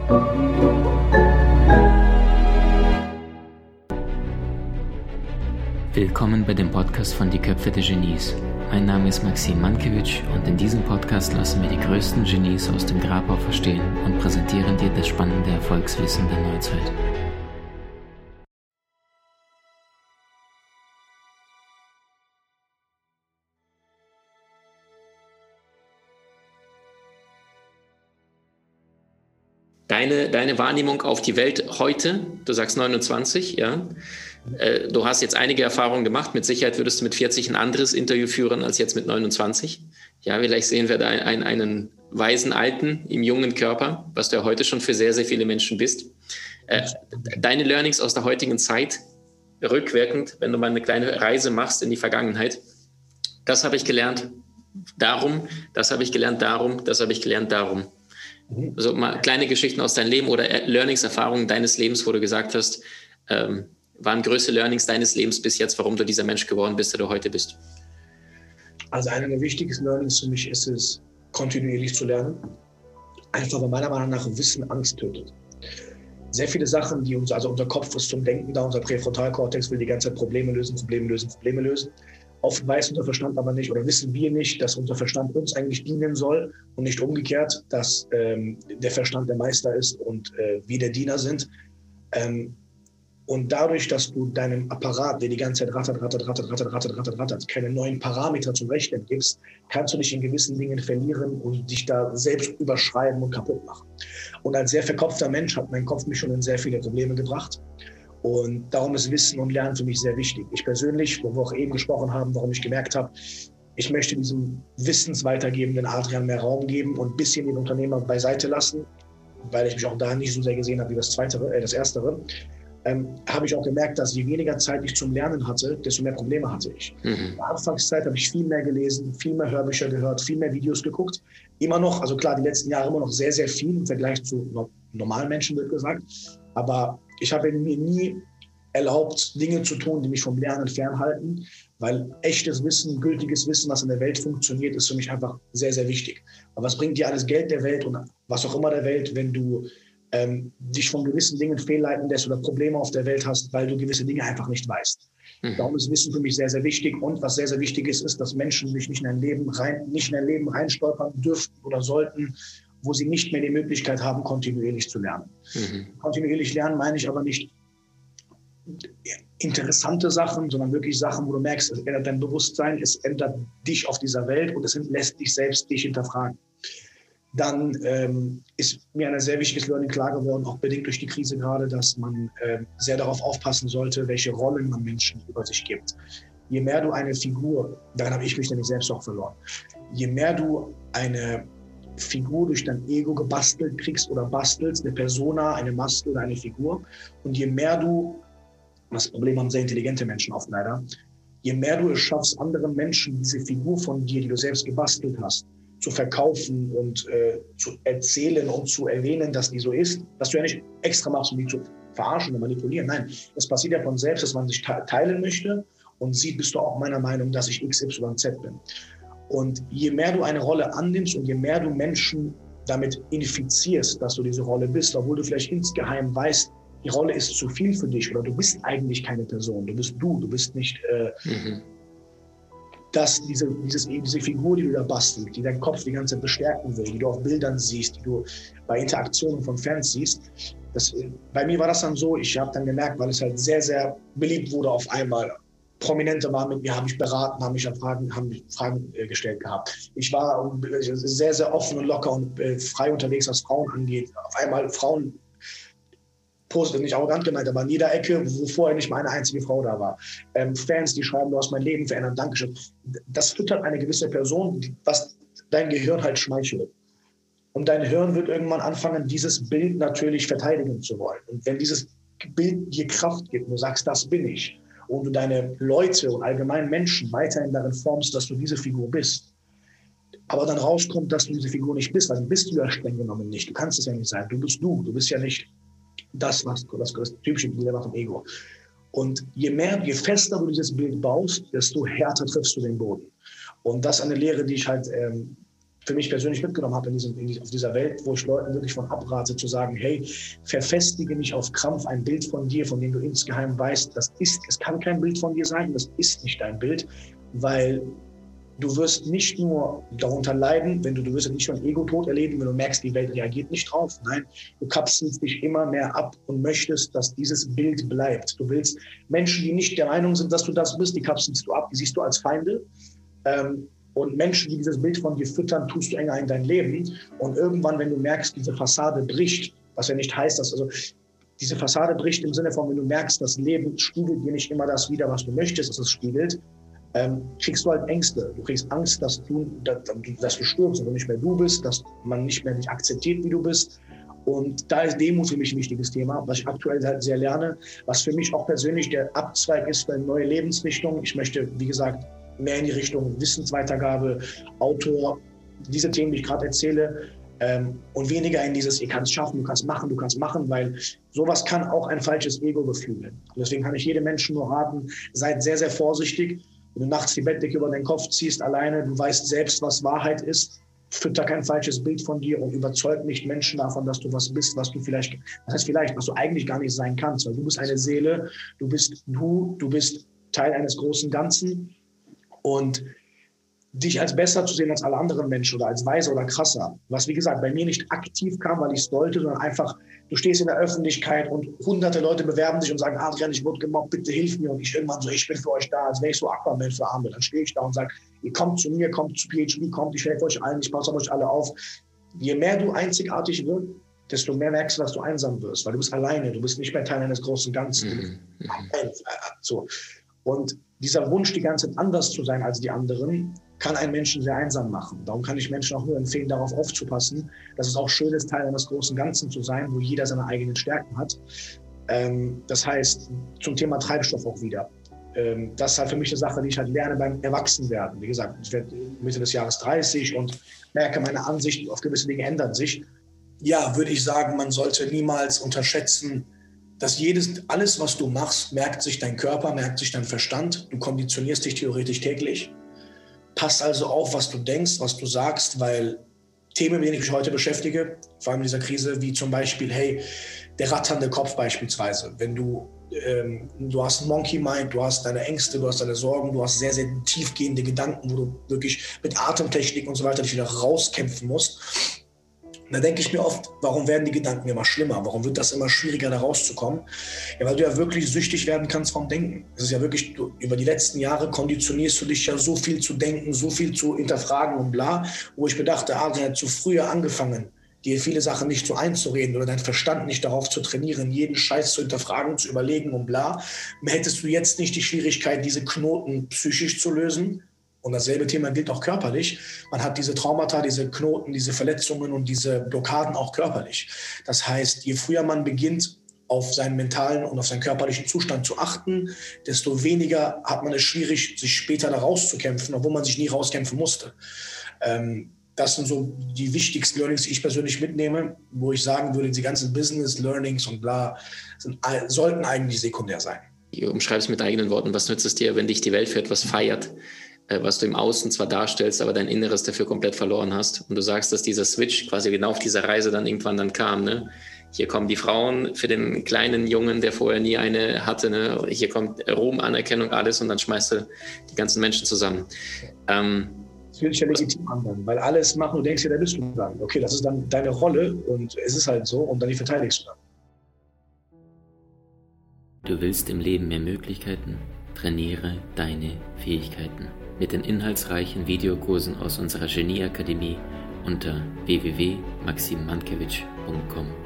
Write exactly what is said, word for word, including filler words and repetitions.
Willkommen bei dem Podcast von Die Köpfe der Genies. Mein Name ist Maxim Mankewitsch und in diesem Podcast lassen wir die größten Genies aus dem Grabau verstehen und präsentieren dir das spannende Erfolgswissen der Neuzeit. Deine, deine Wahrnehmung auf die Welt heute, du sagst neunundzwanzig, ja. Äh, du hast jetzt einige Erfahrungen gemacht. Mit Sicherheit würdest du mit vierzig ein anderes Interview führen als jetzt mit neunundzwanzig. Ja, vielleicht sehen wir da einen, einen weisen Alten im jungen Körper, was du ja heute schon für sehr, sehr viele Menschen bist. Äh, deine Learnings aus der heutigen Zeit, rückwirkend, wenn du mal eine kleine Reise machst in die Vergangenheit, das habe ich gelernt, darum, das habe ich gelernt, darum, das habe ich gelernt, darum. Also mal kleine Geschichten aus deinem Leben oder Learnings, Erfahrungen deines Lebens, wo du gesagt hast, ähm, waren größte Learnings deines Lebens bis jetzt, warum du dieser Mensch geworden bist, der du heute bist? Also einer der wichtigsten Learnings für mich ist es, kontinuierlich zu lernen. Einfach, weil meiner Meinung nach Wissen Angst tötet. Sehr viele Sachen, die uns, also unser Kopf ist zum Denken da, unser Präfrontalkortex will die ganze Zeit Probleme lösen, Probleme lösen, Probleme lösen. Oft weiß unser Verstand aber nicht oder wissen wir nicht, dass unser Verstand uns eigentlich dienen soll und nicht umgekehrt, dass ähm, der Verstand der Meister ist und äh, wir der Diener sind. Ähm, und dadurch, dass du deinem Apparat, der die ganze Zeit rattert, rattert, rattert, rattert, rattert, rattert, rattert, keine neuen Parameter zum Rechnen gibst, kannst du dich in gewissen Dingen verlieren und dich da selbst überschreiben und kaputt machen. Und als sehr verkopfter Mensch hat mein Kopf mich schon in sehr viele Probleme gebracht. Und darum ist Wissen und Lernen für mich sehr wichtig. Ich persönlich, wo wir auch eben gesprochen haben, warum ich gemerkt habe, ich möchte diesem wissensweitergebenden Adrian mehr Raum geben und ein bisschen den Unternehmer beiseite lassen, weil ich mich auch da nicht so sehr gesehen habe wie das Zweitere, äh, das Erstere, ähm, habe ich auch gemerkt, dass je weniger Zeit ich zum Lernen hatte, desto mehr Probleme hatte ich. Mhm. In der Anfangszeit habe ich viel mehr gelesen, viel mehr Hörbücher gehört, viel mehr Videos geguckt. Immer noch, also klar, die letzten Jahre immer noch sehr, sehr viel im Vergleich zu normalen Menschen, wird gesagt. Aber ich habe mir nie erlaubt, Dinge zu tun, die mich vom Lernen fernhalten, weil echtes Wissen, gültiges Wissen, was in der Welt funktioniert, ist für mich einfach sehr, sehr wichtig. Aber was bringt dir alles Geld der Welt und was auch immer der Welt, wenn du ähm, dich von gewissen Dingen fehlleiten lässt oder Probleme auf der Welt hast, weil du gewisse Dinge einfach nicht weißt. Mhm. Darum ist Wissen für mich sehr, sehr wichtig. Und was sehr, sehr wichtig ist, ist, dass Menschen sich nicht in ein Leben rein, nicht in ein Leben reinstolpern dürften oder sollten, wo sie nicht mehr die Möglichkeit haben, kontinuierlich zu lernen. Mhm. Kontinuierlich lernen meine ich aber nicht interessante Sachen, sondern wirklich Sachen, wo du merkst, es ändert dein Bewusstsein, es ändert dich auf dieser Welt und es lässt dich selbst dich hinterfragen. Dann ähm, ist mir ein sehr wichtiges Learning klar geworden, auch bedingt durch die Krise gerade, dass man äh, sehr darauf aufpassen sollte, welche Rollen man Menschen über sich gibt. Je mehr du eine Figur, daran habe ich mich nämlich selbst auch verloren, je mehr du eine Figur durch dein Ego gebastelt kriegst oder bastelst, eine Persona, eine Maske oder eine Figur. Und je mehr du, das Problem haben sehr intelligente Menschen oft leider, je mehr du es schaffst, anderen Menschen diese Figur von dir, die du selbst gebastelt hast, zu verkaufen und äh, zu erzählen und zu erwähnen, dass die so ist, dass du ja nicht extra machst, um die zu verarschen oder manipulieren. Nein, es passiert ja von selbst, dass man sich teilen möchte und sieht, bist du auch meiner Meinung, dass ich X Y Z bin. Und je mehr du eine Rolle annimmst und je mehr du Menschen damit infizierst, dass du diese Rolle bist, obwohl du vielleicht insgeheim weißt, die Rolle ist zu viel für dich oder du bist eigentlich keine Person, du bist du, du bist nicht äh, mhm. dass diese, dieses, diese Figur, die du da bastelst, die dein Kopf die ganze Zeit bestärken will, die du auf Bildern siehst, die du bei Interaktionen von Fans siehst. Das, bei mir war das dann so, ich habe dann gemerkt, weil es halt sehr, sehr beliebt wurde auf einmal. Prominente waren mit mir, haben mich beraten, haben mich Fragen, haben mich Fragen äh, gestellt gehabt. Ich war äh, sehr, sehr offen und locker und äh, frei unterwegs, was Frauen angeht. Auf einmal Frauen, positiv, nicht arrogant gemeint, aber an jeder Ecke, wo vorher nicht mal eine einzige Frau da war. Ähm, Fans, die schreiben, du hast mein Leben verändert, Dankeschön. Das füttert eine gewisse Person, was dein Gehirn halt schmeichelt. Und dein Hirn wird irgendwann anfangen, dieses Bild natürlich verteidigen zu wollen. Und wenn dieses Bild dir Kraft gibt und du sagst, das bin ich, und du deine Leute und allgemein Menschen weiterhin darin formst, dass du diese Figur bist, aber dann rauskommt, dass du diese Figur nicht bist, weil dann bist du ja streng genommen nicht. Du kannst es ja nicht sein. Du bist du. Du bist ja nicht das, was das, das typische Dilemma vom Ego. Und je mehr, je fester du dieses Bild baust, desto härter triffst du den Boden. Und das ist eine Lehre, die ich halt ähm, für mich persönlich mitgenommen habe in diesem, in, auf dieser Welt, wo ich Leuten wirklich von abrate, zu sagen, hey, verfestige nicht auf Krampf ein Bild von dir, von dem du insgeheim weißt, das ist, es kann kein Bild von dir sein, das ist nicht dein Bild, weil du wirst nicht nur darunter leiden, wenn du, du wirst nicht nur einen Ego-Tod erleben, wenn du merkst, die Welt reagiert nicht drauf. Nein, du kapselst dich immer mehr ab und möchtest, dass dieses Bild bleibt. Du willst Menschen, die nicht der Meinung sind, dass du das bist, die kapselst du ab, die siehst du als Feinde. Ähm, und Menschen, die dieses Bild von dir füttern, tust du enger in dein Leben. Und irgendwann, wenn du merkst, diese Fassade bricht, was ja nicht heißt, dass also diese Fassade bricht im Sinne von, wenn du merkst, das Leben spiegelt dir nicht immer das wider, was du möchtest, dass es spiegelt, Ähm, kriegst du halt Ängste. Du kriegst Angst, dass du, dass, dass du stirbst und du nicht mehr du bist, dass man nicht mehr dich akzeptiert, wie du bist. Und da ist Demut für mich ein wichtiges Thema, was ich aktuell halt sehr lerne, was für mich auch persönlich der Abzweig ist für eine neue Lebensrichtung. Ich möchte, wie gesagt, mehr in die Richtung Wissensweitergabe, Autor, diese Themen, die ich gerade erzähle, ähm, und weniger in dieses, ihr kannst schaffen, du kannst machen, du kannst machen, weil sowas kann auch ein falsches Ego beflügeln. Und deswegen kann ich jedem Menschen nur raten, seid sehr, sehr vorsichtig. Wenn du nachts die Bettdecke über deinen Kopf ziehst, alleine, du weißt selbst, was Wahrheit ist, fütter kein falsches Bild von dir und überzeug nicht Menschen davon, dass du was bist, was du vielleicht, das heißt vielleicht, was du eigentlich gar nicht sein kannst, weil du bist eine Seele, du bist du, du bist Teil eines großen Ganzen und dich als besser zu sehen als alle anderen Menschen oder als weiser oder krasser, was wie gesagt bei mir nicht aktiv kam, weil ich es wollte, sondern einfach, du stehst in der Öffentlichkeit und hunderte Leute bewerben sich und sagen, Adrian, ich wurde gemobbt, bitte hilf mir. Und ich irgendwann so, ich bin für euch da, als wäre ich so Aquaman für Arme. Dann stehe ich da und sage, ihr kommt zu mir, kommt zu P H D, kommt, ich helfe euch allen, ich passe auf euch alle auf. Je mehr du einzigartig wirst, desto mehr merkst du, dass du einsam wirst, weil du bist alleine, du bist nicht mehr Teil eines großen Ganzen. Mhm. So. Und dieser Wunsch, die ganze Zeit anders zu sein als die anderen, kann einen Menschen sehr einsam machen. Darum kann ich Menschen auch nur empfehlen, darauf aufzupassen, dass es auch schön ist, Teil eines großen Ganzen zu sein, wo jeder seine eigenen Stärken hat. Ähm, das heißt, zum Thema Treibstoff auch wieder. Ähm, das ist halt für mich eine Sache, die ich halt lerne beim Erwachsenwerden. Wie gesagt, ich werde Mitte des Jahres dreißig und merke, meine Ansicht auf gewisse Dinge ändert sich. Ja, würde ich sagen, man sollte niemals unterschätzen, dass jedes, alles, was du machst, merkt sich dein Körper, merkt sich dein Verstand. Du konditionierst dich theoretisch täglich. Pass also auf, was du denkst, was du sagst, weil Themen, mit denen ich mich heute beschäftige, vor allem in dieser Krise, wie zum Beispiel, hey, der ratternde Kopf beispielsweise. Wenn du, ähm, du hast ein Monkey Mind, du hast deine Ängste, du hast deine Sorgen, du hast sehr, sehr tiefgehende Gedanken, wo du wirklich mit Atemtechnik und so weiter dich wieder rauskämpfen musst. Da denke ich mir oft, warum werden die Gedanken immer schlimmer? Warum wird das immer schwieriger, da rauszukommen? Ja, weil du ja wirklich süchtig werden kannst vom Denken. Es ist ja wirklich, du, über die letzten Jahre konditionierst du dich ja so viel zu denken, so viel zu hinterfragen und bla, wo ich mir dachte, ah, du hast zu früher angefangen, dir viele Sachen nicht so einzureden oder deinen Verstand nicht darauf zu trainieren, jeden Scheiß zu hinterfragen, zu überlegen und bla, hättest du jetzt nicht die Schwierigkeit, diese Knoten psychisch zu lösen. Und dasselbe Thema gilt auch körperlich. Man hat diese Traumata, diese Knoten, diese Verletzungen und diese Blockaden auch körperlich. Das heißt, je früher man beginnt, auf seinen mentalen und auf seinen körperlichen Zustand zu achten, desto weniger hat man es schwierig, sich später da rauszukämpfen, obwohl man sich nie rauskämpfen musste. Ähm, das sind so die wichtigsten Learnings, die ich persönlich mitnehme, wo ich sagen würde, die ganzen Business-Learnings und bla sind, sollten eigentlich sekundär sein. Du umschreibst mit eigenen Worten, was nützt es dir, wenn dich die Welt für etwas feiert, was du im Außen zwar darstellst, aber dein Inneres dafür komplett verloren hast. Und du sagst, dass dieser Switch quasi genau auf dieser Reise dann irgendwann dann kam. Ne? Hier kommen die Frauen für den kleinen Jungen, der vorher nie eine hatte. Ne? Hier kommt Ruhm, Anerkennung, alles und dann schmeißt du die ganzen Menschen zusammen. Ähm, das will ich ja legitim anwenden, weil alles machen, du denkst ja, da bist du dann. Okay, das ist dann deine Rolle und es ist halt so und dann die verteidigst du dann. Du willst im Leben mehr Möglichkeiten? Trainiere deine Fähigkeiten. Mit den inhaltsreichen Videokursen aus unserer Genieakademie unter w w w punkt maxim mankewitsch punkt com.